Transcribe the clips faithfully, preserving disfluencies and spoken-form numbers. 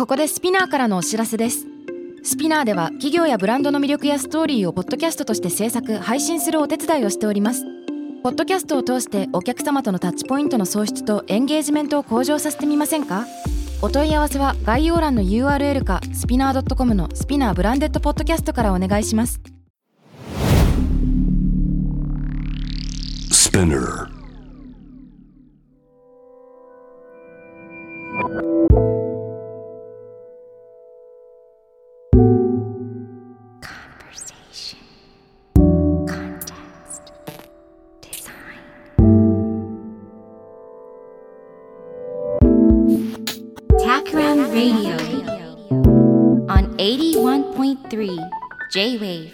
ここでスピナーからのお知らせです。スピナーでは企業やブランドの魅力やストーリーをポッドキャストとして制作・配信するお手伝いをしております。ポッドキャストを通してお客様とのタッチポイントの創出とエンゲージメントを向上させてみませんか？お問い合わせは概要欄の ユーアールエル かスピナー ドットコム のスピナーブランデッドポッドキャストからお願いします。スピナー Radio on eighty-one point three J-Wave。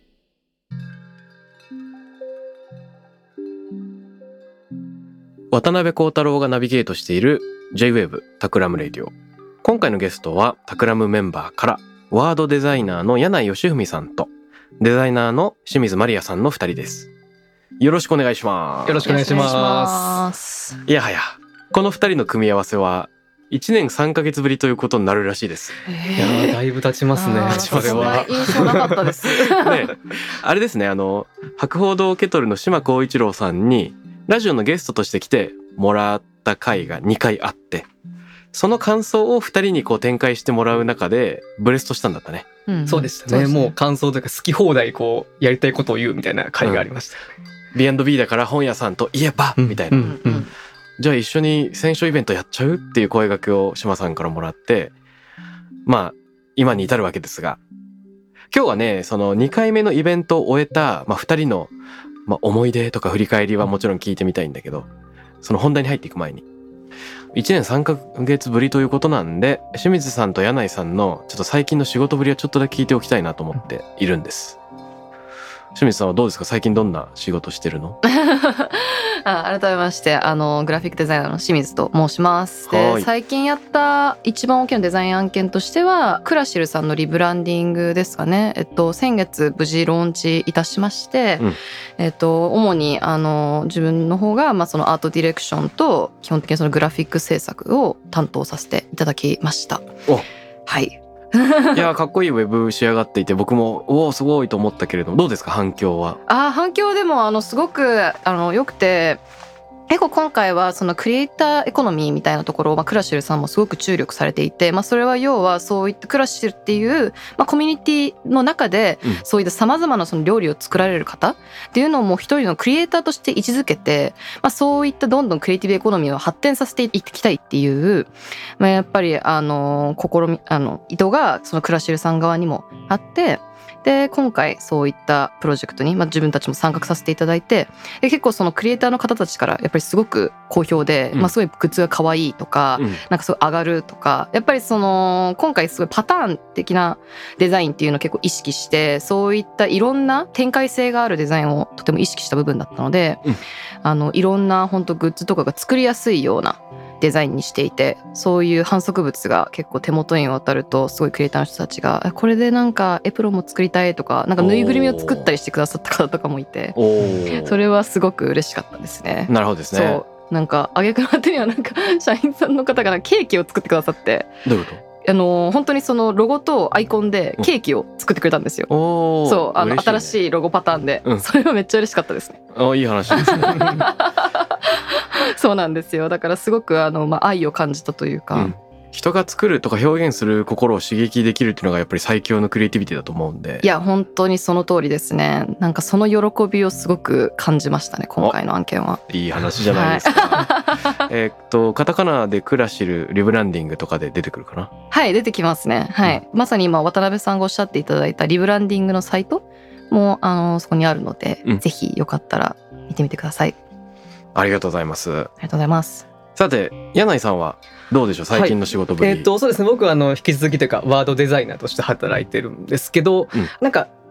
渡辺幸太郎がナビゲートしている J-Wave タクラムレディオ。今回のゲストはタクラムメンバーからワードデザイナーの柳井義文さんとデザイナーの清水まりやさんのふたりです。よろしくお願いします。 よろしくお願いします。 いやはやこのふたりの組み合わせはいちねんさんかげつぶりということになるらしいです。 いやだいぶ経ちますね。 それは印象なかったですね、あれですね、あの博報堂ケトルの島光一郎さんにラジオのゲストとして来てもらった回がにかいあって、その感想をふたりにこう展開してもらう中でブレストしたんだったね、 うん、そうでしたね。もう感想というか好き放題こうやりたいことを言うみたいな回がありました、 うん、ビーアンドビー だから本屋さんといえば、うん、みたいな、うんうん、じゃあ一緒に選書イベントやっちゃうっていう声掛けを島さんからもらって、まあ今に至るわけですが、今日はねそのにかいめのイベントを終えた、まあ、ふたりの、まあ、思い出とか振り返りはもちろん聞いてみたいんだけど、その本題に入っていく前にいちねんさんかげつぶりということなんで、清水さんと柳井さんのちょっと最近の仕事ぶりはちょっとだけ聞いておきたいなと思っているんです。清水さんはどうですか？最近どんな仕事してるの？ あ、改めましてあのグラフィックデザイナーの清水と申します。で、最近やった一番大きなデザイン案件としてはクラシルさんのリブランディングですかね。えっと先月無事ローンチいたしまして、うん、えっと主にあの自分の方がまあそのアートディレクションと基本的にそのグラフィック制作を担当させていただきました。 お、 はい。 いやかっこいいウェブ仕上がっていて、僕もおおすごいと思ったけれども、どうですか反響は？ あ、反響でもあのすごくあの良くて、結構今回はそのクリエイターエコノミーみたいなところを、まあ、クラシルさんもすごく注力されていて、まあ、それは要はそういったクラシルっていう、まあ、コミュニティの中でそういったさまざまなその料理を作られる方っていうのをもう一人のクリエイターとして位置づけて、まあ、そういったどんどんクリエイティブエコノミーを発展させていきたいっていう、まあ、やっぱりあの試みあの意図がそのクラシルさん側にもあって、で今回そういったプロジェクトに、まあ、自分たちも参画させていただいて、で結構そのクリエイターの方たちからやっぱりすごく好評で、うんまあ、すごいグッズが可愛いとか、うん、なんかすごい上がるとか、やっぱりその今回すごいパターン的なデザインっていうのを結構意識して、そういったいろんな展開性があるデザインをとても意識した部分だったので、うん、あのいろんな本当グッズとかが作りやすいようなデザインにしていて、そういう反則物が結構手元に渡るとすごいクリエイターの人たちがこれでなんかエプロンも作りたいとか、なんかぬいぐるみを作ったりしてくださった方とかもいて、それはすごく嬉しかったですね。 なるほどですね。 そうなんか挙句の果てにはなんか社員さんの方がケーキを作ってくださって、 どういうこと？ あの本当にそのロゴとアイコンでケーキを作ってくれたんですよ。そうあの、ね、新しいロゴパターンで、うん、それはめっちゃ嬉しかったですね。 あ、いい話ですね。 そうなんですよ。だからすごくあの、まあ、愛を感じたというか、うん、 人が作るとか表現する心を刺激できるっていうのがやっぱり最強のクリエイティビティだと思うんで。 いや本当にその通りですね。なんかその喜びをすごく感じましたね、今回の案件は。 いい話じゃないですか。はい、えっとカタカナでクラシルリブランディングとかで出てくるかな？ はい出てきますね。はい、うん、まさに今渡辺さんがおっしゃっていただいたリブランディングのサイトもあのそこにあるので、うん、ぜひよかったら見てみてください。 ありがとうございます。ありがとうございます。 さて柳井さんはどうでしょう、最近の仕事ぶり？ はい、えー、っとそうですね、僕はあの引き続きというかワードデザイナーとして働いてるんですけど、うん、なんか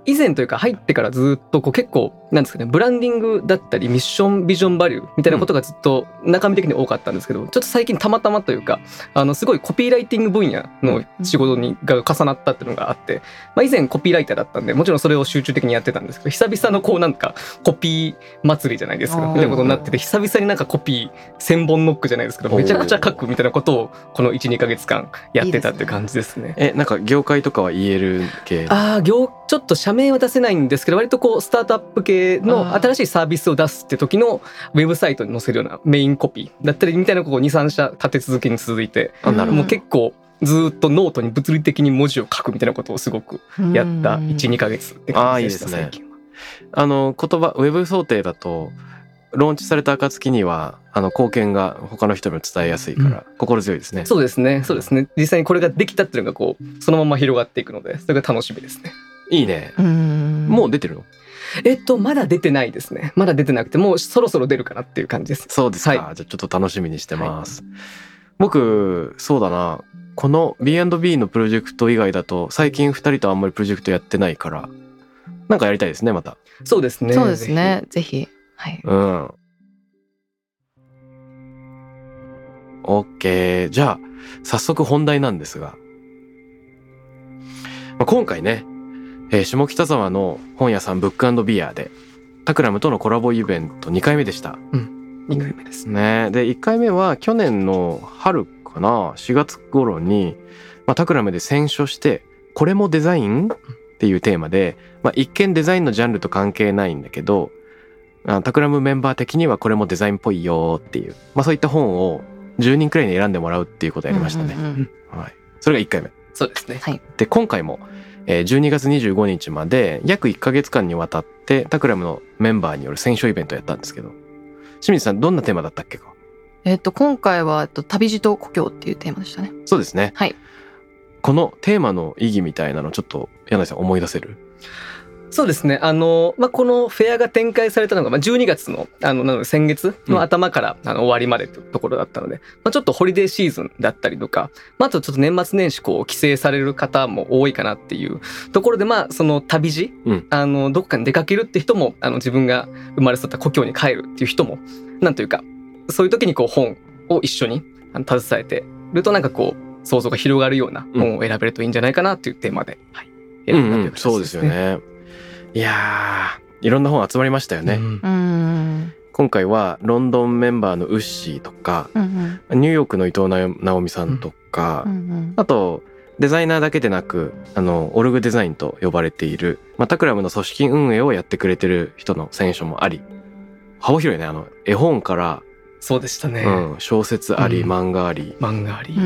以前というか入ってからずっとこう結構なんですかね、ブランディングだったりミッションビジョンバリューみたいなことがずっと中身的に多かったんですけど、ちょっと最近たまたまというかあのすごいコピーライティング分野の仕事にが重なったっていうのがあって、まあ、以前コピーライターだったんでもちろんそれを集中的にやってたんですけど、久々のこうなんかコピー祭りじゃないですかみたいなことになってて、久々になんかコピー千本ノックじゃないですけどめちゃくちゃ書くみたいなことをこの いちにかげつかんやってたっていう感じですね。 えなんか業界とかは言える系？ ああ、業ちょっと社名は出せないんですけど、割とこうスタートアップ系の新しいサービスを出すって時のウェブサイトに載せるようなメインコピーだったりみたいなこうにさんしゃ立て続けに続いて、 あなるほどもう結構ずっとノートに物理的に文字を書くみたいなことをすごくやったいちにかげつって感じでした。 あーいいですね。 最近はあの言葉ウェブ想定だとローンチされた暁にはあの貢献が他の人にも伝えやすいから心強いですね。 そうですね、そうですね。実際にこれができたっていうのがこうそのまま広がっていくので、それが楽しみですね。 いいね。 うんもう出てるの？ えっとまだ出てないですね。まだ出てなくて、もうそろそろ出るかなっていう感じです。 そうですか、 はい、 じゃあちょっと楽しみにしてます、はい、僕そうだな、この ビーアンドビー のプロジェクト以外だと最近ふたりとあんまりプロジェクトやってないからなんかやりたいですねまた。 そうですね、 そうですね、ぜひ。はい。 うん。OK、 じゃあ早速本題なんですが、まあ、今回ね、えー、下北沢の本屋さんブック&ビアでタクラムとのコラボイベントにかいめでした。 うん、にかいめですね。 でいっかいめは去年の春かな、しがつ頃に、まあ、タクラムで選書してこれもデザインっていうテーマで、まあ、一見デザインのジャンルと関係ないんだけど、あタクラムメンバー的にはこれもデザインっぽいよっていう、まあ、そういった本をじゅうにんくらいに選んでもらうっていうことをやりましたね、 うんうんうん、 はい、それがいっかいめ。 そうですね、 はい、 で今回もじゅうにがつにじゅうごにちまで約いっかげつかんにわたってタクラムのメンバーによる選書イベントをやったんですけど、清水さんどんなテーマだったっけか？ えっと今回は、えっと、旅路と故郷っていうテーマでしたね。 そうですね、 はい。 このテーマの意義みたいなのちょっと柳井さん思い出せる？ そうですね、あの、まあ、このフェアが展開されたのが、まあ、じゅうにがつの、あのなので先月の頭から、うん、あの終わりまでというところだったので、まあ、ちょっとホリデーシーズンだったりとか、まあ、あとちょっと年末年始こう帰省される方も多いかなっていうところで、まあその旅路、うん、あのどこかに出かけるって人も、あの自分が生まれ育った故郷に帰るっていう人も、なんというかそういう時にこう本を一緒にあの携えてるとなんかこう想像が広がるような本を選べるといいんじゃないかなっていうテーマで、はい、選んだという形ですね。 そうですよね。いやーいろんな本集まりましたよね、うん、今回はロンドンメンバーのウッシーとか、うんうん、ニューヨークの伊藤直美さんとか、うんうん、あとデザイナーだけでなくあのオルグデザインと呼ばれている、まあ、タクラムの組織運営をやってくれてる人の選書もあり、幅広いね。あの絵本からそうでしたね、 うん、小説あり、うん、漫画あり漫画あり、うん、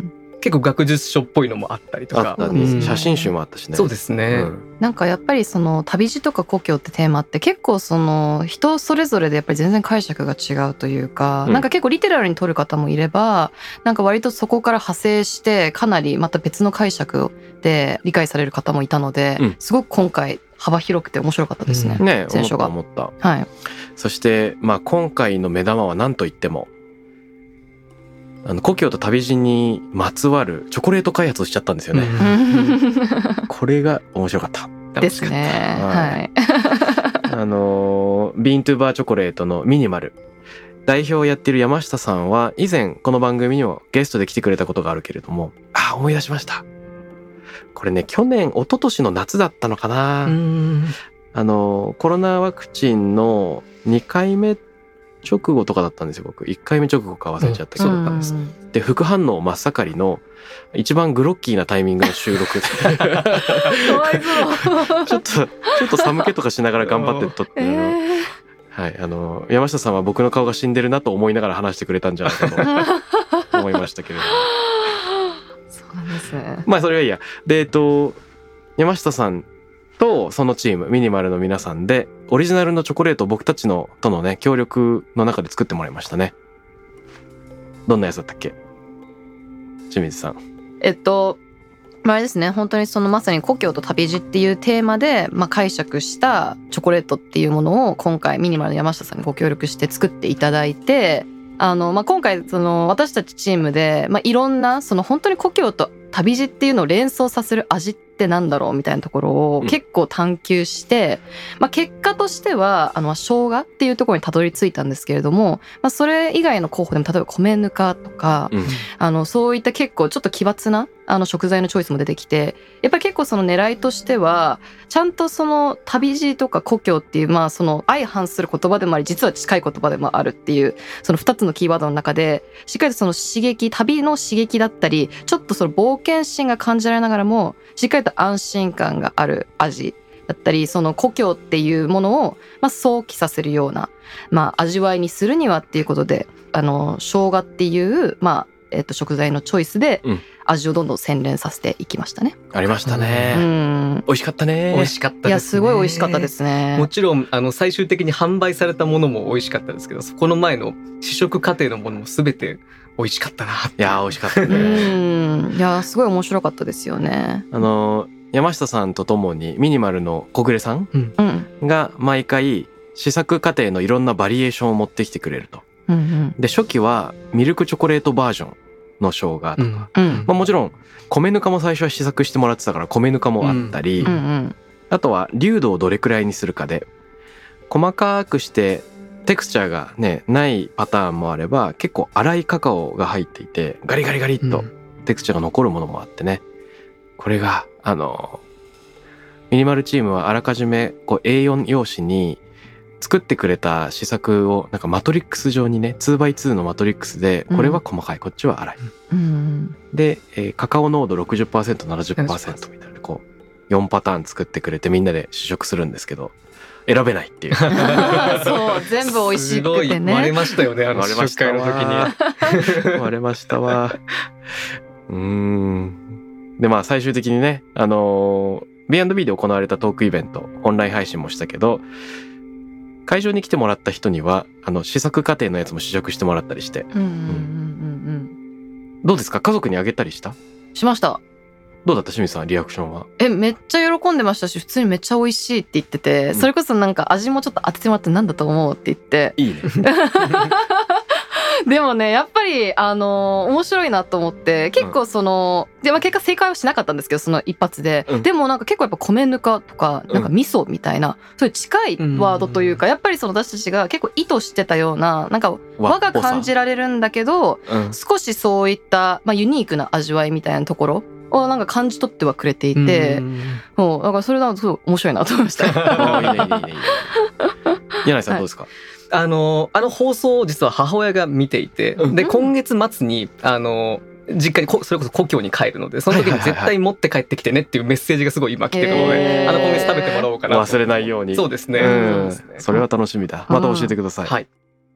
結構学術書っぽいのもあったりとかあったんです、うん、写真集もあったしね。 そうですね、 うん、なんかやっぱりその旅路とか故郷ってテーマって結構その人それぞれでやっぱり全然解釈が違うというか、うん、なんか結構リテラルに取る方もいれば、なんか割とそこから派生してかなりまた別の解釈で理解される方もいたので、うん、すごく今回幅広くて面白かったですね、うん、 ね、 選書が思った思った、 はい、 そして、まあ、今回の目玉は何といってもあの故郷と旅路にまつわるチョコレート開発をしちゃったんですよね、うん、これが面白かったですね。はい、 あのビーントゥーバーチョコレートのミニマル代表をやっている山下さんは以前この番組にもゲストで来てくれたことがあるけれども、あ思い出しました。これね去年一昨年の夏だったのかな。うんあのコロナワクチンのにかいめ直後とかだったんですよ。僕いっかいめ直後か忘れちゃったけど、うん、そうだったんです。で副反応真っ盛りの一番グロッキーなタイミングの収録かわいそうちょっとちょっと寒気とかしながら頑張って撮って、えー、はい、あの山下さんは僕の顔が死んでるなと思いながら話してくれたんじゃないかと思いましたけれどもそうなんですね。 まあそれはいいや。でえっと山下さんとそのチームミニマルの皆さんでオリジナルのチョコレートを僕たちのとのね協力の中で作ってもらいましたね。どんなやつだったっけ清水さん。 えっとあれですね、本当にそのまさに故郷と旅路っていうテーマで、まあ、解釈したチョコレートっていうものを今回ミニマルの山下さんにご協力して作っていただいて、あの、まあ、今回その私たちチームで、まあ、いろんなその本当に故郷と旅路っていうのを連想させる味ってなんだろうみたいなところを結構探求して、うんまあ、結果としてはあの生姜っていうところにたどり着いたんですけれども、まあ、それ以外の候補でも例えば米ぬかとか、うん、あのそういった結構ちょっと奇抜なあの食材のチョイスも出てきて、やっぱり結構その狙いとしてはちゃんとその旅路とか故郷っていうまあその相反する言葉でもあり実は近い言葉でもあるっていうそのふたつのキーワードの中でしっかりとその刺激旅の刺激だったりちょっとその冒険心が感じられながらもしっかりと安心感がある味だったりその故郷っていうものをまあ想起させるようなまあ味わいにするにはっていうことであの生姜っていうまあえっと食材のチョイスで味をどんどん洗練させていきましたね、 うん、ありましたね、うん、美味しかったね美味しかったですね。 いやすごい美味しかったですね。 もちろんあの最終的に販売されたものも美味しかったですけどそこの前の試食過程のものも全て美味しかったな。 いや美味しかったねうんいやすごい面白かったですよね。 あの山下さんとともにミニマルの小暮さんが毎回試作過程のいろんなバリエーションを持ってきてくれると、うんうん、で初期はミルクチョコレートバージョンの生姜とか、うんまあ、もちろん米ぬかも最初は試作してもらってたから米ぬかもあったり、うんうん、あとは粒度をどれくらいにするかで細かくしてテクスチャーがねないパターンもあれば結構粗いカカオが入っていてガリガリガリっとテクスチャーが残るものもあってね、これがあのミニマルチームはあらかじめこう エーよん 用紙に作ってくれた試作をなんかマトリックス上にね ツーバイツー のマトリックスでこれは細かい、うん、こっちは粗い、うん、で、えー、カカオ濃度 ろくじゅっパーセントななじゅっパーセント みたいなこうよんパターン作ってくれてみんなで試食するんですけど選べないっていうそう全部美味しくてね割れましたよねあの試食会の時に割れましたわうーんでまあ最終的にねあのー、ビーアンドビー で行われたトークイベントオンライン配信もしたけど会場に来てもらった人にはあの試作過程のやつも試食してもらったりして、うんうんうんうん、どうですか家族にあげたりしたしました。 どうだった清水さんリアクションは。 えめっちゃ喜んでましたし普通にめっちゃ美味しいって言ってて、うん、それこそなんか味もちょっと当ててもらってなんだと思うって言っていいねでもねやっぱりあのー、面白いなと思って結構その、うんでまあ、結果正解はしなかったんですけどその一発で、うん、でもなんか結構やっぱ米ぬかとかなんか味噌みたいな、うん、そういう近いワードというか、うん、やっぱりその私たちが結構意図してたようななんか和が感じられるんだけど、うん、少しそういった、まあ、ユニークな味わいみたいなところをなんか感じ取ってはくれていて、うん、もうだからそれだとすごい面白いなと思いました。いいねいいねいいね。 柳井さんどうですか。はいあのあの放送を実は母親が見ていて、うん、で今月末にあの実家にそれこそ故郷に帰るのでその時に絶対持って帰ってきてねっていうメッセージがすごい今来てるので、あの今月食べてもらおうかな忘れないように。 そうですね、 うん、それは楽しみだ。また教えてください、うんはい、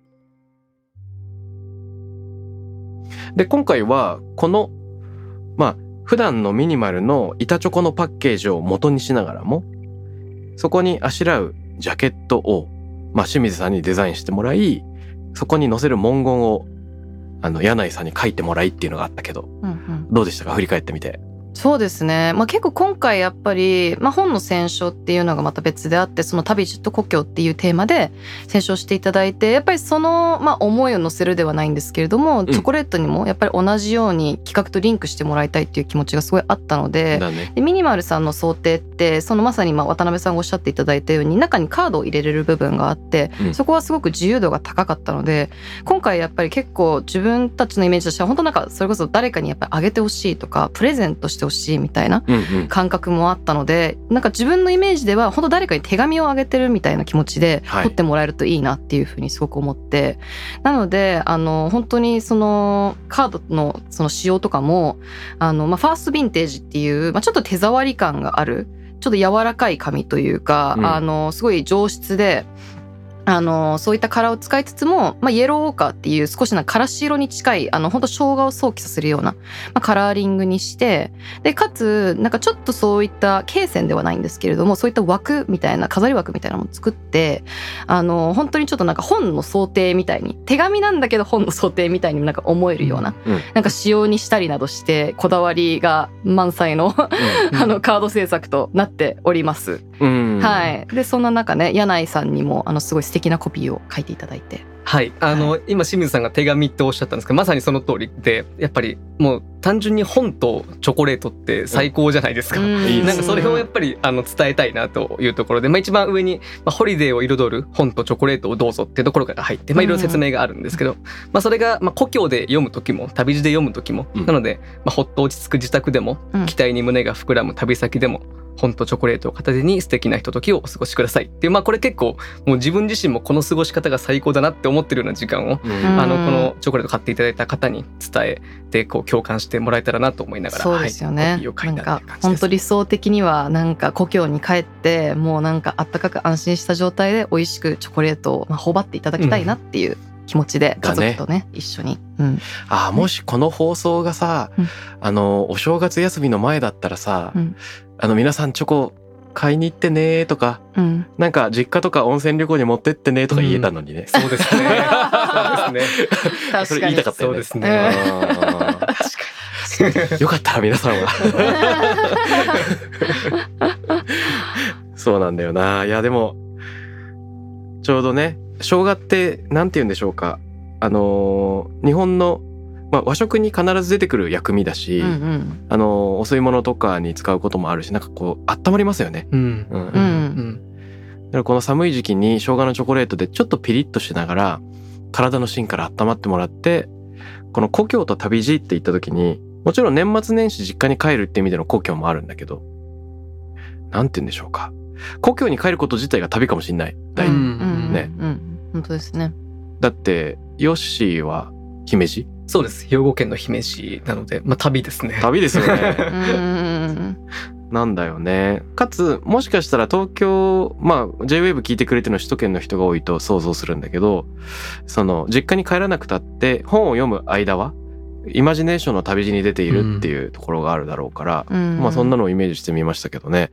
で今回はこのまあ普段のミニマルの板チョコのパッケージを元にしながらもそこにあしらうジャケットをまあ、清水さんにデザインしてもらいそこに載せる文言をあの柳井さんに書いてもらいっていうのがあったけど、うんうん、どうでしたか振り返ってみて。 そうですね、まあ、結構今回やっぱり、まあ、本の選書っていうのがまた別であってその旅路と故郷っていうテーマで選書していただいてやっぱりその、まあ、思いを乗せるではないんですけれども、うん、チョコレートにもやっぱり同じように企画とリンクしてもらいたいっていう気持ちがすごいあったの で, ね、 でミニマルさんの想定ってそのまさにまあ渡辺さんがおっしゃっていただいたように中にカードを入れれる部分があって、うん、そこはすごく自由度が高かったので今回やっぱり結構自分たちのイメージとしては本当なんかそれこそ誰かにやっぱりあげてほしいとかプレゼントしてほしいみたいな感覚もあったので、うんうん、なんか自分のイメージでは本当誰かに手紙をあげてるみたいな気持ちで取ってもらえるといいなっていうふうにすごく思って、はい、なのであの本当にそのカードのその仕様とかもあの、まあ、ファーストヴィンテージっていう、まあ、ちょっと手触り感があるちょっと柔らかい紙というか、うん、あのすごい上質であのそういったカラーを使いつつも、まあ、イエローオーカーっていう少しなからし色に近いあの本当生姜を想起させるような、まあ、カラーリングにしてでかつなんかちょっとそういった罫線ではないんですけれどもそういった枠みたいな飾り枠みたいなのも作ってあの本当にちょっとなんか本の想定みたいに手紙なんだけど本の想定みたいになんか思えるような、うん、なんか仕様にしたりなどしてこだわりが満載の、うん、あのカード制作となっております、うん、はい。でそんな中ね柳井さんにもあのすごい素敵なコピーを書いていただいて。 はいあの、はい、今清水さんが手紙っておっしゃったんですけどまさにその通りでやっぱりもう単純に本とチョコレートって最高じゃないですか、うん、なんかそれをやっぱりあの伝えたいなというところで、まあ、一番上に、まあ、ホリデーを彩る本とチョコレートをどうぞっていうところから入って、まあ、いろいろ説明があるんですけど、まあ、それがまあ故郷で読む時も旅路で読む時も、うん、なので、まあ、ほっと落ち着く自宅でも、うん、期待に胸が膨らむ旅先でも本とチョコレートを片手に素敵なひとときをお過ごしくださいっていう、まあこれ結構もう自分自身もこの過ごし方が最高だなって思ってるような時間を、うん、あのこのチョコレート買っていただいた方に伝えてこう共感してもらえたらなと思いながら、 そうですよね、 はい、コピーを書いたっていう感じです。 なんか本当理想的にはなんか故郷に帰ってもうなんかあったかく安心した状態で美味しくチョコレートをまあ頬張っていただきたいなっていう、うん気持ちで家族と ね, ね一緒に、うん、 あもしこの放送がさ、うん、あのお正月休みの前だったらさ、うん、あの皆さんチョコ買いに行ってねとか、うん、なんか実家とか温泉旅行に持ってってねとか言えたのにね、 うん、そうですねそうですね確かにそれ言いたかったよね。 そうですね確かによかったら皆さんはそうなんだよな。いやでもちょうどね生姜ってなんて言うんでしょうか、あのー、日本の、まあ、和食に必ず出てくる薬味だし、うんうん、あのー、お吸い物とかに使うこともあるしなんかこう温まりますよね、うんうんうん、だからこの寒い時期に生姜のチョコレートでちょっとピリッとしながら体の芯から温まってもらってこの故郷と旅路って言った時にもちろん年末年始実家に帰るって意味での故郷もあるんだけどなんて言うんでしょうか、故郷に帰ること自体が旅かもしれない、うんうんねうん、本当ですね。 だってヨッシーは姫路？ そうです、兵庫県の姫路なので、まあ、旅ですね。 旅ですよねうんなんだよね。かつもしかしたら東京、まあ ジェイウェーブ 聞いてくれてるの首都圏の人が多いと想像するんだけど、その実家に帰らなくたって本を読む間はイマジネーションの旅路に出ているっていうところがあるだろうから、うん、まあそんなのをイメージしてみましたけどね。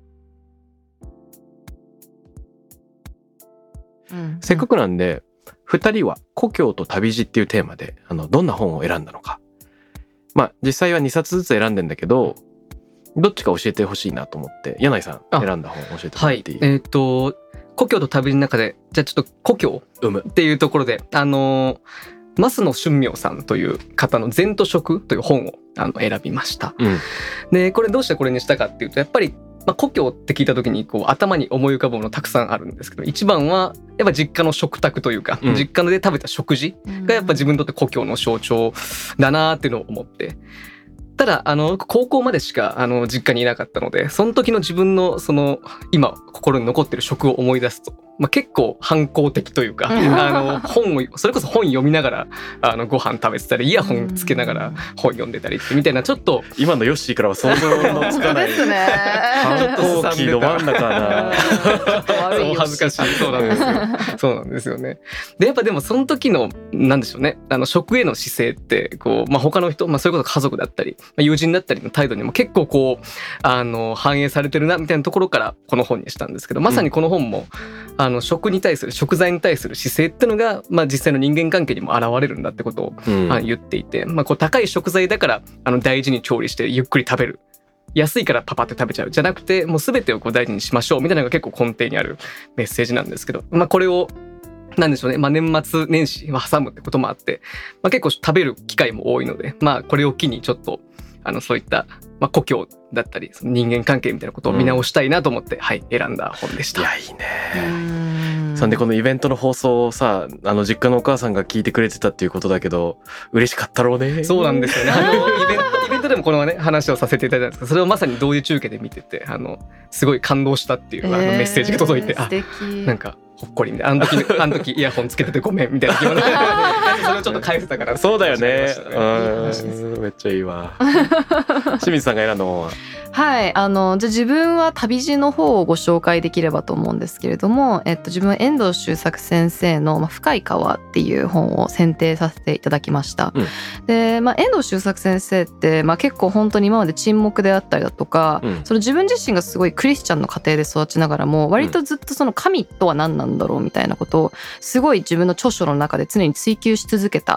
うん、せっかくなんでふたりは故郷と旅路っていうテーマであのどんな本を選んだのか、まあ実際はにさつずつ選んでんだけどどっちか教えてほしいなと思って柳井さん選んだ本教えてもらっていい？ はい、えっ、ー、と故郷と旅路の中でじゃあちょっと故郷っていうところであの増野俊明さんという方の禅と食という本をあの選びました、うん、でこれどうしてこれにしたかっていうとやっぱりまあ、故郷って聞いた時にこう頭に思い浮かぶものたくさんあるんですけど一番はやっぱ実家の食卓というか、うん、実家で食べた食事がやっぱ自分にとって故郷の象徴だなっていうのを思って、ただあの高校までしかあの実家にいなかったのでその時の自分のその今心に残ってる食を思い出すと、まあ、結構反抗的というかあの本をそれこそ本読みながらあのご飯食べてたりイヤホンつけながら本読んでたりってみたいなちょっと今のヨッシーからは想像のつかないですね反抗期ど真ん中なそう恥ずかしいそうなんですよそうなんですよね。でやっぱでもその時のなんでしょうねあの食への姿勢ってこう、まあ、他の人、まあ、それこそ家族だったり友人だったりの態度にも結構こうあの反映されてるなみたいなところからこの本にしたんですけど、まさにこの本も、うん、あの食に対する食材に対する姿勢っていうのが、まあ、実際の人間関係にも現れるんだってことを、うん、言っていて、まあ、こう高い食材だからあの大事に調理してゆっくり食べる、安いからパパって食べちゃうじゃなくてもう全てをこう大事にしましょうみたいなのが結構根底にあるメッセージなんですけど、まあ、これをなんでしょうね、まあ、年末年始は挟むってこともあって、まあ、結構食べる機会も多いので、まあ、これを機にちょっとあのそういった、まあ、故郷だったりその人間関係みたいなことを見直したいなと思って、うん、はい選んだ本でした。 いやいいね。そんでこのイベントの放送をさあの実家のお母さんが聞いてくれてたっていうことだけど嬉しかったろうね。 そうなんですよね。あのイベントイベントでもこのね話をさせていただいたんですけどそれをまさに同時中継で見ててあのすごい感動したっていう、えー、あのメッセージが届いて、あなんかほっこりみたいな、あの時あの時イヤホンつけててごめんみたいな気分でそれをちょっと返せたからそうだよね。うんめっちゃいいわ清水さんが選んだ本ははいあのじゃあ自分は旅路の方をご紹介できればと思うんですけれども、えっと、自分は遠藤周作先生の、まあ、深い川っていう本を選定させていただきました、うん、で、まあ、遠藤周作先生って、まあ、結構本当に今まで沈黙であったりだとか、うん、その自分自身がすごいクリスチャンの家庭で育ちながらも割とずっとその神とは何なんだろうみたいなことをすごい自分の著書の中で常に追求し続けた方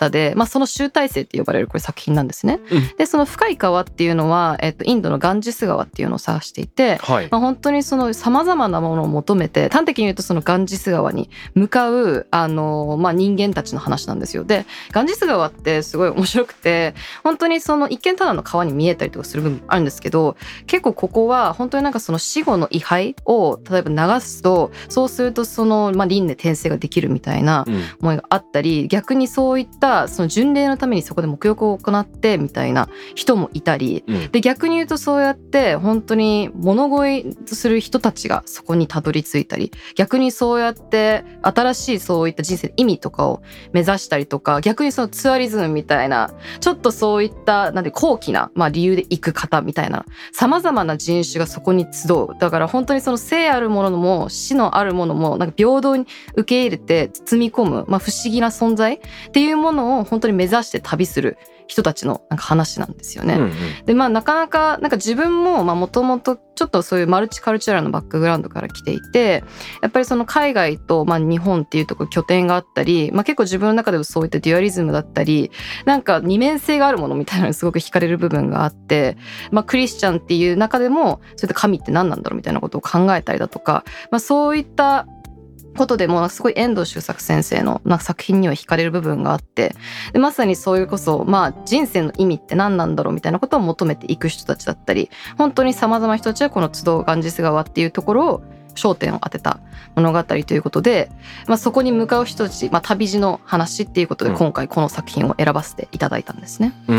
方で、まあ、その集大成って呼ばれるこれ作品なんですね、 うん、 でその深い川っていうのは、えっと、インドのガンジス川っていうのを指していて、 はい、 まあ、本当にその様々なものを求めて端的に言うとそのガンジス川に向かうあの、まあ、人間たちの話なんですよ。でガンジス川ってすごい面白くて本当にその一見ただの川に見えたりとかする部分あるんですけど結構ここは本当になんかその死後の遺灰を例えば流すとそうするとその、まあ、輪廻転生ができるみたいな思いがあったり、うん、逆にそういったその巡礼のためにそこで沐浴を行ってみたいな人もいたり、うん、で逆に言うとそうやって本当に物乞いする人たちがそこにたどり着いたり逆にそうやって新しいそういった人生の意味とかを目指したりとか逆にそのツアリズムみたいなちょっとそういったなんで高貴な、まあ、理由で行く方みたいな様々な人種がそこに集う。だから本当にその生あるものも死のあるものもなんか平等に受け入れて包み込む、まあ、不思議な存在っていうものを本当に目指して旅する人たちのなんか話なんですよね、うんうん、でまあなかなかなんか自分ももともとちょっとそういうマルチカルチュアルのバックグラウンドから来ていてやっぱりその海外とまあ日本っていうところ拠点があったり、まあ、結構自分の中でもそういったデュアリズムだったりなんか二面性があるものみたいなのにすごく惹かれる部分があって、まあ、クリスチャンっていう中でもそういった神って何なんだろうみたいなことを考えたりだとか、まあ、そういったことでもすごい遠藤周作先生の作品には惹かれる部分があってでまさにそういうこそ、まあ、人生の意味って何なんだろうみたいなことを求めていく人たちだったり本当に様々な人たちはこの集うガンジス川っていうところを焦点を当てた物語ということで、まあ、そこに向かう人たち、まあ、旅路の話っていうことで今回この作品を選ばせていただいたんですね、うん、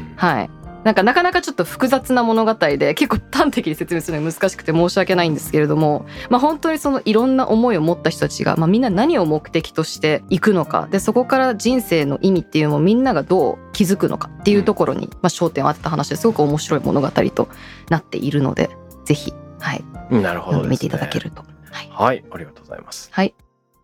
はいなんかなかなかちょっと複雑な物語で結構端的に説明するのが難しくて申し訳ないんですけれども、まあ、本当にそのいろんな思いを持った人たちが、まあ、みんな何を目的としていくのかでそこから人生の意味っていうのをみんながどう気づくのかっていうところに、まあ、焦点を当てた話ですごく面白い物語となっているのでぜひ、はい、 なるほどですね、 見ていただけると、 はい、はい、ありがとうございます。 はい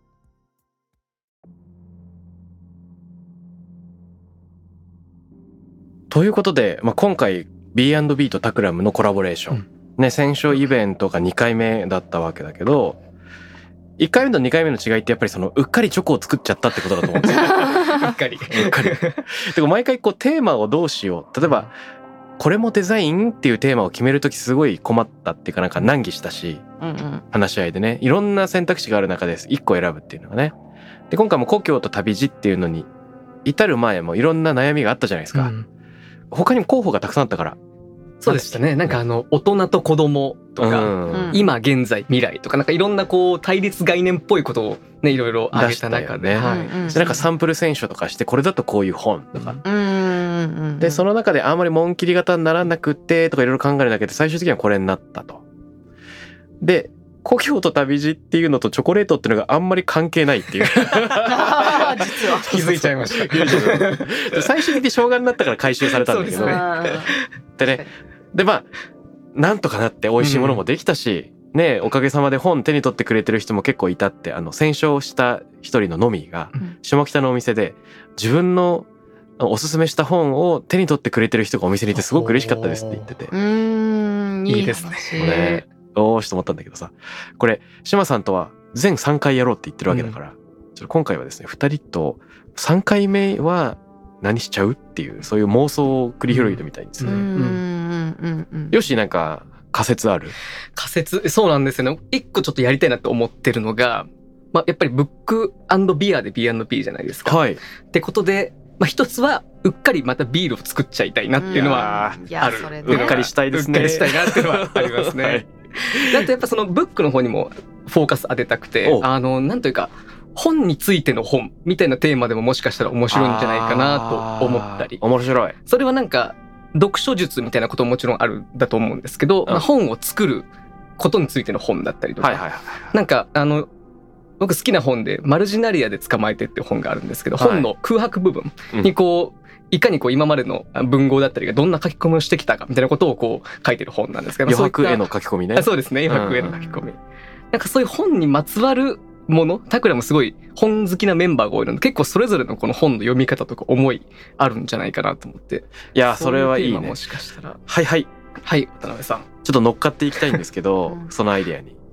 ということで、まあ、今回 ビーアンドビー とタクラムのコラボレーション、うん、ね、先週イベントがにかいめだったわけだけどいっかいめとにかいめの違いってやっぱりそのうっかりチョコを作っちゃったってことだと思うんですようっかりうっかりでも毎回こうテーマをどうしよう例えばこれもデザインっていうテーマを決めるときすごい困ったっていうかなんか難儀したし、うんうん、話し合いでねいろんな選択肢がある中でいっこ選ぶっていうのがねで今回も故郷と旅路っていうのに至る前もいろんな悩みがあったじゃないですか、うん他にも候補がたくさんあったからそうでしたねなんかあの大人と子供とか、うん、今現在未来とかなんかいろんなこう対立概念っぽいことをねいろいろ挙げた中で、ねはいうんうん、でなんかサンプル選書とかしてこれだとこういう本とか、うん、でその中であんまり紋切り型にならなくてとかいろいろ考えるだけで最終的にはこれになったとで故郷と旅路っていうのとチョコレートっていうのがあんまり関係ないっていう実は気づいちゃいました最終的に生姜になったから回収されたんだけどでねでまあなんとかなって美味しいものもできたし、うん、ねおかげさまで本手に取ってくれてる人も結構いたってあの選書した一人のノミが下北のお店で自分のおすすめした本を手に取ってくれてる人がお店にいてすごく嬉しかったですって言っててうーんいいですねねおーしと思ったんだけどさこれ島さんとは全さんかいやろうって言ってるわけだから、うん、ちょっと今回はですねふたりとさんかいめは何しちゃうっていうそういう妄想を繰り広げてみたいんですね、うんうんうん、よしなんか仮説ある仮説そうなんですよね一個ちょっとやりたいなと思ってるのが、まあ、やっぱりブック&ビアで ビーアンドビー じゃないですか、はい、ってことでまあ、一つはうっかりまたビールを作っちゃいたいなっていうのはある、 うん、うっかりしたいですねうっかりしたいなっていうのはありますね、はい、だとやっぱそのブックの方にもフォーカス当てたくてあのなんというか本についての本みたいなテーマでももしかしたら面白いんじゃないかなと思ったり面白いそれはなんか読書術みたいなことももちろんあるんだと思うんですけど、うんまあ、本を作ることについての本だったりとか、はいはいはい、なんかあの僕好きな本でマルジナリアで捕まえてっていう本があるんですけど、はい、本の空白部分にこう、うん、いかにこう今までの文豪だったりがどんな書き込みをしてきたかみたいなことをこう書いてる本なんですけど余白への書き込みねそうですね余白への書き込み、うん、なんかそういう本にまつわるものタクラもすごい本好きなメンバーが多いので結構それぞれのこの本の読み方とか思いあるんじゃないかなと思っていやそれはいいねもしかしたらはいはいはい渡辺さんちょっと乗っかっていきたいんですけどそのアイデアに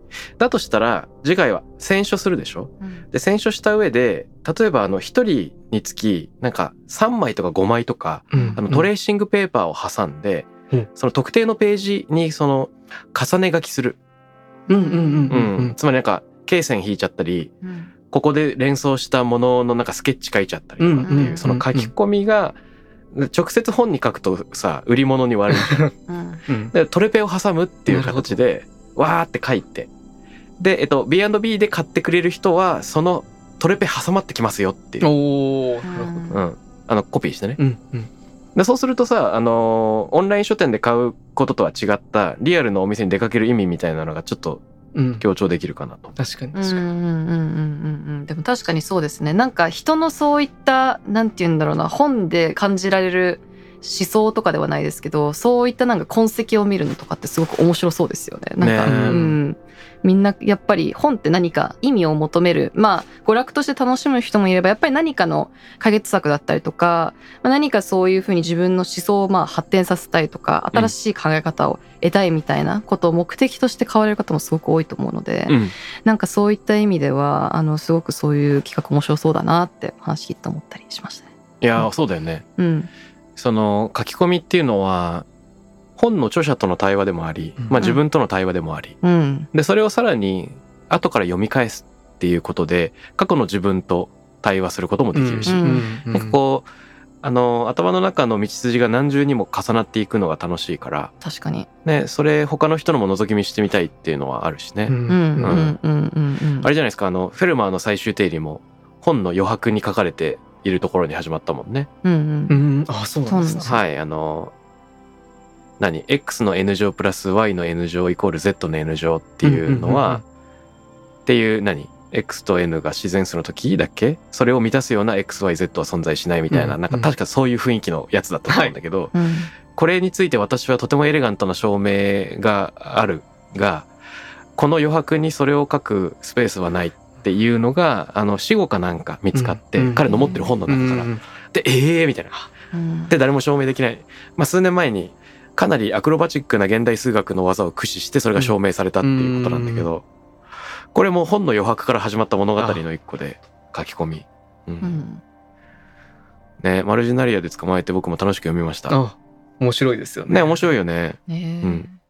だとしたら次回は選書するでしょ。 うんで選書した上で例えばあのひとりにつきなんかさんまいとかごまいとか、 うんあのトレーシングペーパーを挟んで、 うんその特定のページにその重ね書きする、 うんうんうんうんうんつまりなんか罫線引いちゃったりうんここで連想したもののなんかスケッチ書いちゃったりとかっていう、 うんうんその書き込みが直接本に書くとさ売り物に悪いじゃん。 うんうんでトレペを挟むっていう形でわーって書いてで、えっと、ビーアンドビー で買ってくれる人はそのトレペ挟まってきますよっていう、 おーなるほど。 うん、あのコピーしてね。 うんうんでそうするとさ、あのーオンライン書店で買うこととは違ったリアルのお店に出かける意味みたいなのがちょっとうん強調できるかなと。 確かにうん確かに。 うんうんうんうんうんでも確かにそうですね。なんか人のそういったなんて言うんだろうな、本で感じられる思想とかではないですけど、そういったなんか痕跡を見るのとかってすごく面白そうですよね。なんか、 ねえうんみんなやっぱり本って何か意味を求める、まあ娯楽として楽しむ人もいればやっぱり何かの解決策だったりとか、まあ何かそういうふうに自分の思想をまあ発展させたいとか、新しい考え方を得たいみたいなことを目的として買われる方もすごく多いと思うので、 うんなんかそういった意味ではあのすごくそういう企画面白そうだなって話聞いて思ったりしましたね。 いやーそうだよね。 うんその書き込みっていうのは本の著者との対話でもあり、まあ、自分との対話でもあり、 うんでそれをさらに後から読み返すっていうことで過去の自分と対話することもできるし、 うんなんかこうあの頭の中の道筋が何重にも重なっていくのが楽しいから、 確かに。 ね、それ他の人のも覗き見してみたいっていうのはあるしね、 うんうんうんうんうんうん。 あれじゃないですか、あのフェルマーの最終定理も本の余白に書かれているところに始まったもんね。 うんうんうんあそうなんですね。 そうはい、あの何 X の N 乗プラス Y の N 乗イコール Z の N 乗っていうのは、っていう何 X と N が自然数の時だっけ、それを満たすような エックスワイゼット は存在しないみたいな、 うんなんか確かそういう雰囲気のやつだったと思うんだけど、 うんこれについて私はとてもエレガントな証明があるが、この余白にそれを書くスペースはないっていうのがあの死後かなんか見つかって、 うん彼の持ってる本の中から、 うんでええー、みたいなうんで誰も証明できない、まあ、数年前にかなりアクロバチックな現代数学の技を駆使してそれが証明されたっていうことなんだけど、これも本の余白から始まった物語の一個で書き込み、うんうんね、マルジナリアで捕まえて僕も楽しく読みましたあ面白いですよね。 ね。面白いよね。 ねえうん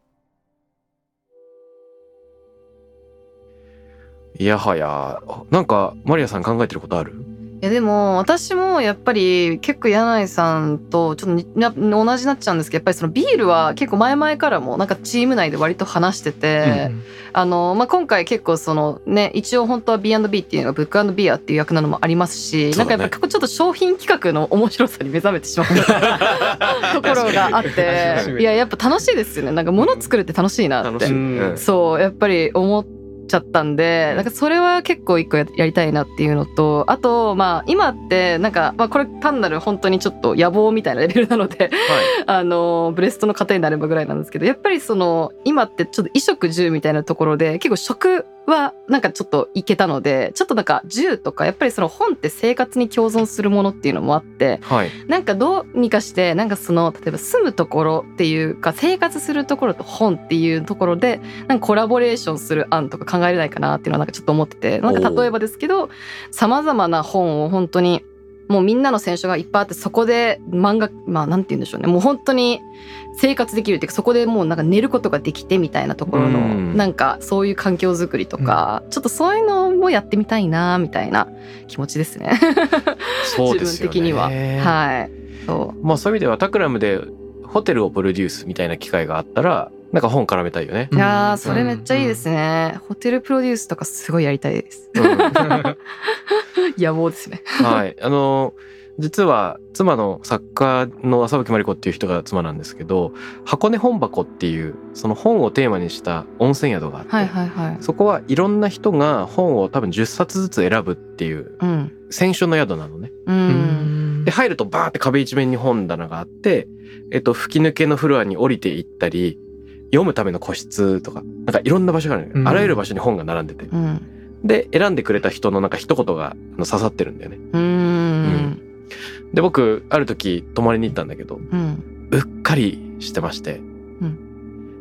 いやはや、なんかマリアさん考えてることある？ いやでも私もやっぱり結構柳井さんとちょっとにな同じになっちゃうんですけど、やっぱりそのビールは結構前々からもなんかチーム内で割と話してて、あのまあ、今回結構そのね一応本当は ビーアンドビー っていうのがブック&ビアっていう役なのもありますし、 そうだねなんかやっぱ結構ちょっと商品企画の面白さに目覚めてしまったところがあっていややっぱ楽しいですよね。なんか物作るって楽しいなって楽しい、 うんうんそうやっぱり思っちゃったんで、なんかそれは結構一個ややりたいなっていうのと、あとまあ今ってなんか、まあ、これ単なる本当にちょっと野望みたいなレベルなのであのブレストの方になればぐらいなんですけど、やっぱりその今ってちょっと衣食住みたいなところで結構食はなんかちょっといけたので、ちょっとなんか住とかやっぱりその本って生活に共存するものっていうのもあって、 はい、 なんかどうにかしてなんかその例えば住むところっていうか生活するところと本っていうところでなんかコラボレーションする案とか考えれないかなっていうのはなんかちょっと思ってて、なんか例えばですけどさまざまな本を本当にもうみんなの選書がいっぱいあって、そこで漫画まあなんて言うんでしょうね、もう本当に生活できるっていうか、そこでもうなんか寝ることができてみたいなところのうんなんかそういう環境づくりとか、ちょっとそういうのもやってみたいなみたいな気持ちですね。 そうですよね。 自分的にははいそうまあそういう意味ではタクラムでホテルをプロデュースみたいな機会があったらなんか本絡めたいよね。 いやーそれめっちゃいいですね、ホテルプロデュースとかすごいやりたいですうん野望ですね。 はい、あの実は妻の作家の浅吹真理子っていう人が妻なんですけど、箱根本箱っていうその本をテーマにした温泉宿があって、 はいはいはい。 そこはいろんな人が本を多分じゅっさつずつ選ぶっていううん選書の宿なのね。 ううんんで入るとバーって壁一面に本棚があって、えっと、吹き抜けのフロアに降りていったり読むための個室とかなんかいろんな場所がある、 うんあらゆる場所に本が並んでて、 うんで選んでくれた人のなんか一言があの刺さってるんだよね。 うーんで僕ある時泊まりに行ったんだけどうんうっかりしてまして、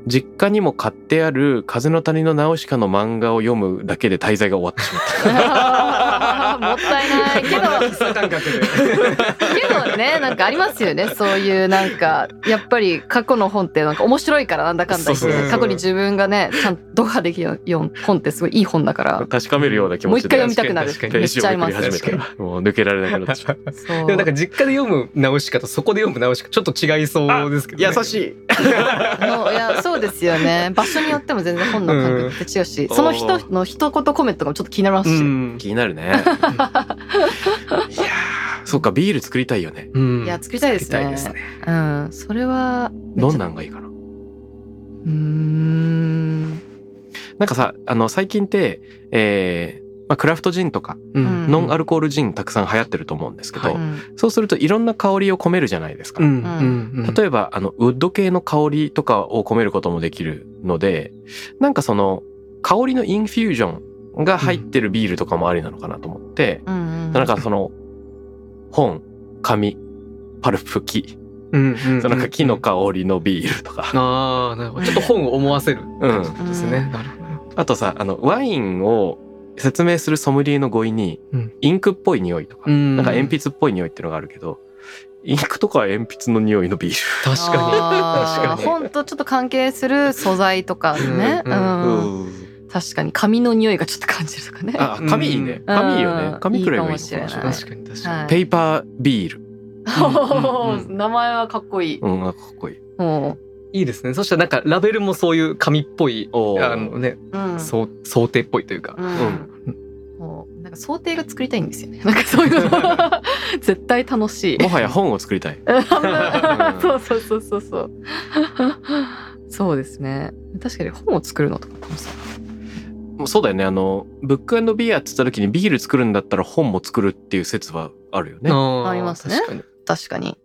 実家にも買ってある風の谷のナウシカの漫画を読むだけで滞在が終わってしまったもったいないけど喫茶感覚でけどね、なんかありますよね、そういうなんかやっぱり過去の本ってなんか面白いからなんだかんだ言って、 そうそうそう過去に自分がねちゃんと読破できるよう本ってすごいいい本だから確かめるような気もう一回持ちで読みたくなる確かにめっページをめちゃありますくり始めたらもう抜けられなくなってしまうそうでもなんか実家で読むナウシカとそこで読むナウシカちょっと違いそうですけど、ね、 優しいのいやそうですよね、場所によっても全然本の感覚って違うし、その人の一言コメントがちょっと気になりますし、 うん気になるねいやーそっかビール作りたいよね。 うんいや作りたいですね作りたいですね。 うんそれはどんなんがいいかな。 うーんなんかさあの最近って、えーまあ、クラフトジンとかうんノンアルコールジンたくさん流行ってると思うんですけど、 はいうんそうするといろんな香りを込めるじゃないですか。 うんうんうん例えばあのウッド系の香りとかを込めることもできるので、なんかその香りのインフュージョンが入ってるビールとかもありなのかなと思って、 うんうんなんかその本紙パルプ木うんうんそのなんか木の香りのビールとか、 ああなるほどちょっと本を思わせる感じですね、 うんなるほどあとさあのワインを説明するソムリエの語彙にうんインクっぽい匂いとか、 うんなんか鉛筆っぽい匂いっていうのがあるけど、インクとかは鉛筆の匂いのビール。 確かあー確かに本とちょっと関係する素材とかね、 ううんんうん確かに紙の匂いがちょっと感じるとかね。 あ紙いいね。紙いいよね。紙くらいがいいのかもしれない。 いいかもし確かに確かに、 はいペーパービール。 うんうん名前はかっこいい。 うん、あかっこいい。 もいいですね。そしたらなんかラベルもそういう紙っぽいおーあのね、 う、うん、 そう想定っぽいというか、 うんうんもうなんか想定が作りたいんですよね。なんかそういうの絶対楽しい。 もはや本を作りたい。 そうそうそうそうそう。そうですね。確かに本を作るのとか楽しそう。 もうそうだよね。あのブック&ビアって言った時にビール作るんだったら本も作るっていう説はあるよね。 あーありますね確かに確かに。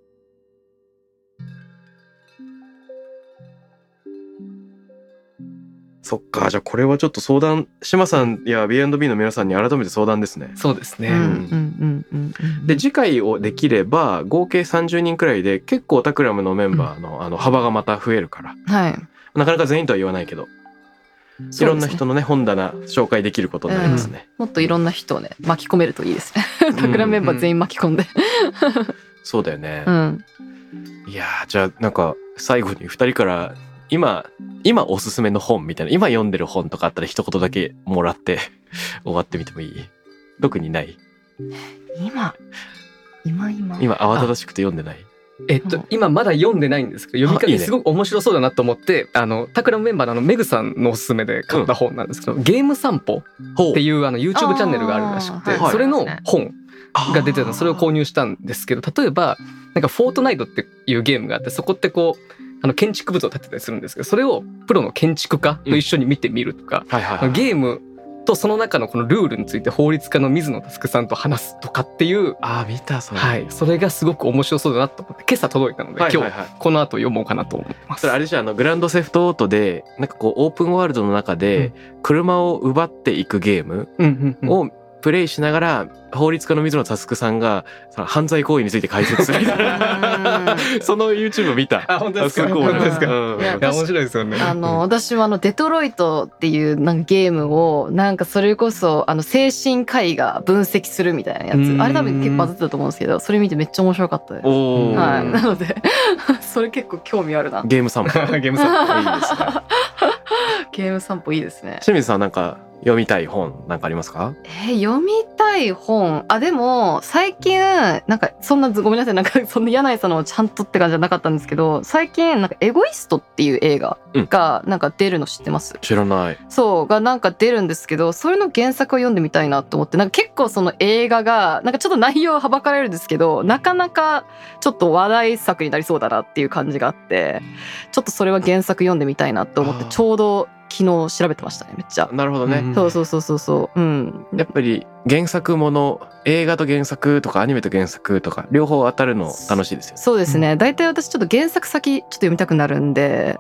そっか。じゃあこれはちょっと相談、島さんや ビーアンドビー の皆さんに改めて相談ですね。 そうですね、 うんうんうんうんうん。 で次回をできれば合計さんじゅうにんくらいで結構タクラムのメンバーのあの幅がまた増えるから、 はい。 なかなか全員とは言わないけど、いろんな人のね本棚紹介できることになりますね。 もっといろんな人をね巻き込めるといいですね。タクラメンバー全員巻き込んで。 そうだよね。 うん。 いやーじゃあなんか最後にふたりから今今おすすめの本みたいな、今読んでる本とかあったら一言だけもらって終わってみてもいい？特にない？ 今今今今慌ただしくて読んでない？ えっと今まだ読んでないんですけど読みかあいいねけすごく面白そうだなと思ってあのタクラムメンバーのあのメグさんのおすすめで買った本なんですけど、ゲーム散歩ほっていうあの YouTube チャンネルがあるらしくて、 あーはいそれの本が出てたの、それを購入。 入したんですけど、例えばなんかフォートナイトっていうゲームがあって、そこってこうあの建築物を建てたりするんですけど、それをプロの建築家と一緒に見てみるとか、 はいはいはい。 ゲームとその中のこのルールについて法律家の水野佑さんと話すとかっていう、 あー見たそれ。 はい、それがすごく面白そうだなと思って今朝届いたので、 はいはいはい今日この後読もうかなと思ってます。 それあれじゃあのグランドセフトオートでなんかこうオープンワールドの中で車を奪っていくゲームうんうんうんをプレイしながら法律家の水野佑さんがその犯罪行為について解説するみたいなその YouTube 見た。 あ本当ですか。 すごい本当ですか。 うんいやいや面白いですよね。 あの私はあのデトロイトっていうなんかゲームをなんかそれこそあの精神科医が分析するみたいなやつ、 うんあれ多分結構バズってたと思うんですけど、それ見てめっちゃ面白かったです。 おーはい、なのでそれ結構興味あるな。 ゲーム散歩ゲームさん。 いいですね。 ゲーム散歩いいですね。 清水さんなんか読みたい本なんかありますか？ えー読みたい本、あでも最近なんかそんなごめんなさいなんかそんな柳井さんのちゃんとって感じじゃなかったんですけど、最近なんかエゴイストっていう映画がなんか出るの知ってます？ 知らない。 そうがなんか出るんですけど、それの原作を読んでみたいなと思って、なんか結構その映画がなんかちょっと内容ははばかられるんですけど、なかなかちょっと話題作になりそうだなっていう感じがあって、ちょっとそれは原作読んでみたいなと思ってあーちょうど昨日調べてましたねめっちゃ。 なるほどね。 うんそうそうそうそうそううんやっぱり原作もの、映画と原作とかアニメと原作とか両方当たるの楽しいですよね。 そうですね、大体私ちょっと原作先ちょっと読みたくなるんで、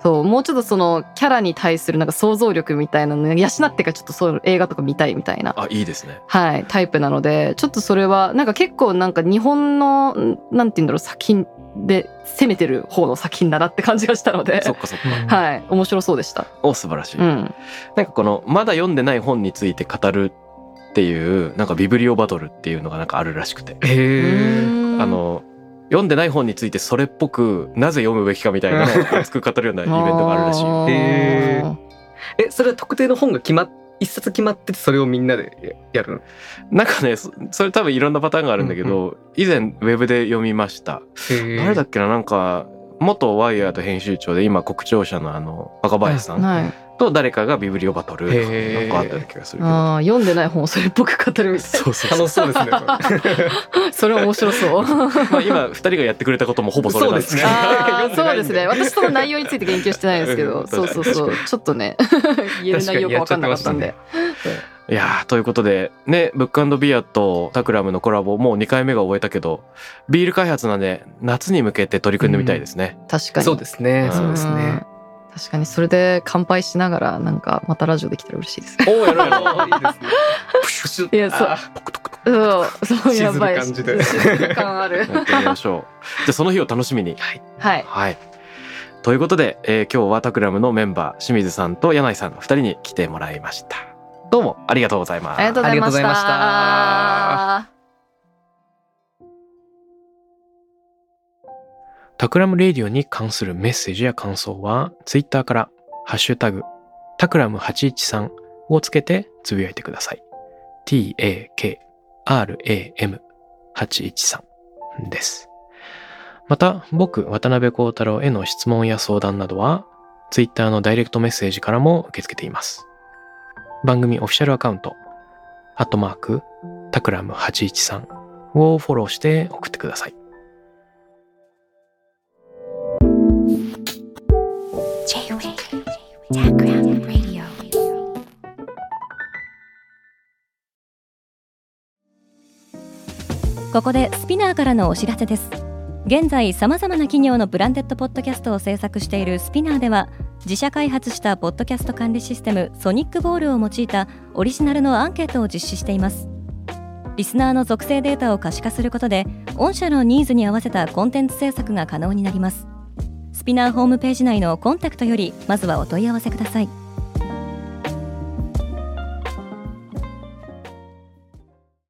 そうもうちょっとそのキャラに対するなんか想像力みたいなの養ってからちょっとそういう映画とか見たいみたいな、 あ、いいですね。 はい、タイプなので、ちょっとそれはなんか結構なんか日本のなんて言うんだろう作品で攻めてる方の作品だなって感じがしたので、 そっかそっか。 はい、面白そうでした。 お、素晴らしい。 うん、 なんかこのまだ読んでない本について語るっていうなんかビブリオバトルっていうのがなんかあるらしくて、 へー。 あの読んでない本についてそれっぽくなぜ読むべきかみたいなのを熱く語るようなイベントがあるらしいよ。 へー。え、それは特定の本が決まっ一冊決まっててそれをみんなでやるの？ なんかね、そそれ多分いろんなパターンがあるんだけど、 うん以前ウェブで読みました。誰だっけな、なんか元ワイヤード編集長で今国庁舎のあの若林さんはい、 と誰かがビブリオバトルとかへーなんかあったような気がするけど。 あー読んでない本をそれっぽく語るみたいそうそうそう。 楽しそうですね。 なそれ面白そうまあ今ふたりがやってくれたこともほぼそれなんですけど。 あーそうですね、私その内容について言及してないですけど、 うんそうそうそう、ちょっとね言える内容が分かんなかったんで、 いやーということでね、ブック&ビアとタクラムのコラボもうにかいめが終えたけど、ビール開発なんで夏に向けて取り組んでみたいですね。 確かにそうですね。 うんそうですね。 確かにそれで乾杯しながらなんかまたラジオできたら嬉しいですね。 おー、やろうやろう。 いいですね。プシュシュいやそうあそうそう、やばい沈む感じで沈む感あるやってみましょう。じゃあその日を楽しみに。 はい、 はい。ということで、えー今日はタクラムのメンバー清水さんと柳井さんのふたりに来てもらいました。どうもありがとうございます。 ありがとうございました。 ありがとうございました。 タクラムレディオに関するメッセージや感想はツイッターからハッシュタグタクラムはちいちさんをつけてつぶやいてください。 タクラムはちいちさん です。また僕渡辺幸太郎への質問や相談などはツイッターのダイレクトメッセージからも受け付けています。番組オフィシャルアカウントアットマークタクラムはちいちさんをフォローして送ってください。 J-Wave Background Radio。 ここでスピナーからのお知らせです。現在さまざまな企業のブランデッドポッドキャストを制作しているスピナーでは、自社開発したポッドキャスト管理システムソニックボールを用いたオリジナルのアンケートを実施しています。リスナーの属性データを可視化することで御社のニーズに合わせたコンテンツ制作が可能になります。スピナーホームページ内のコンタクトよりまずはお問い合わせください。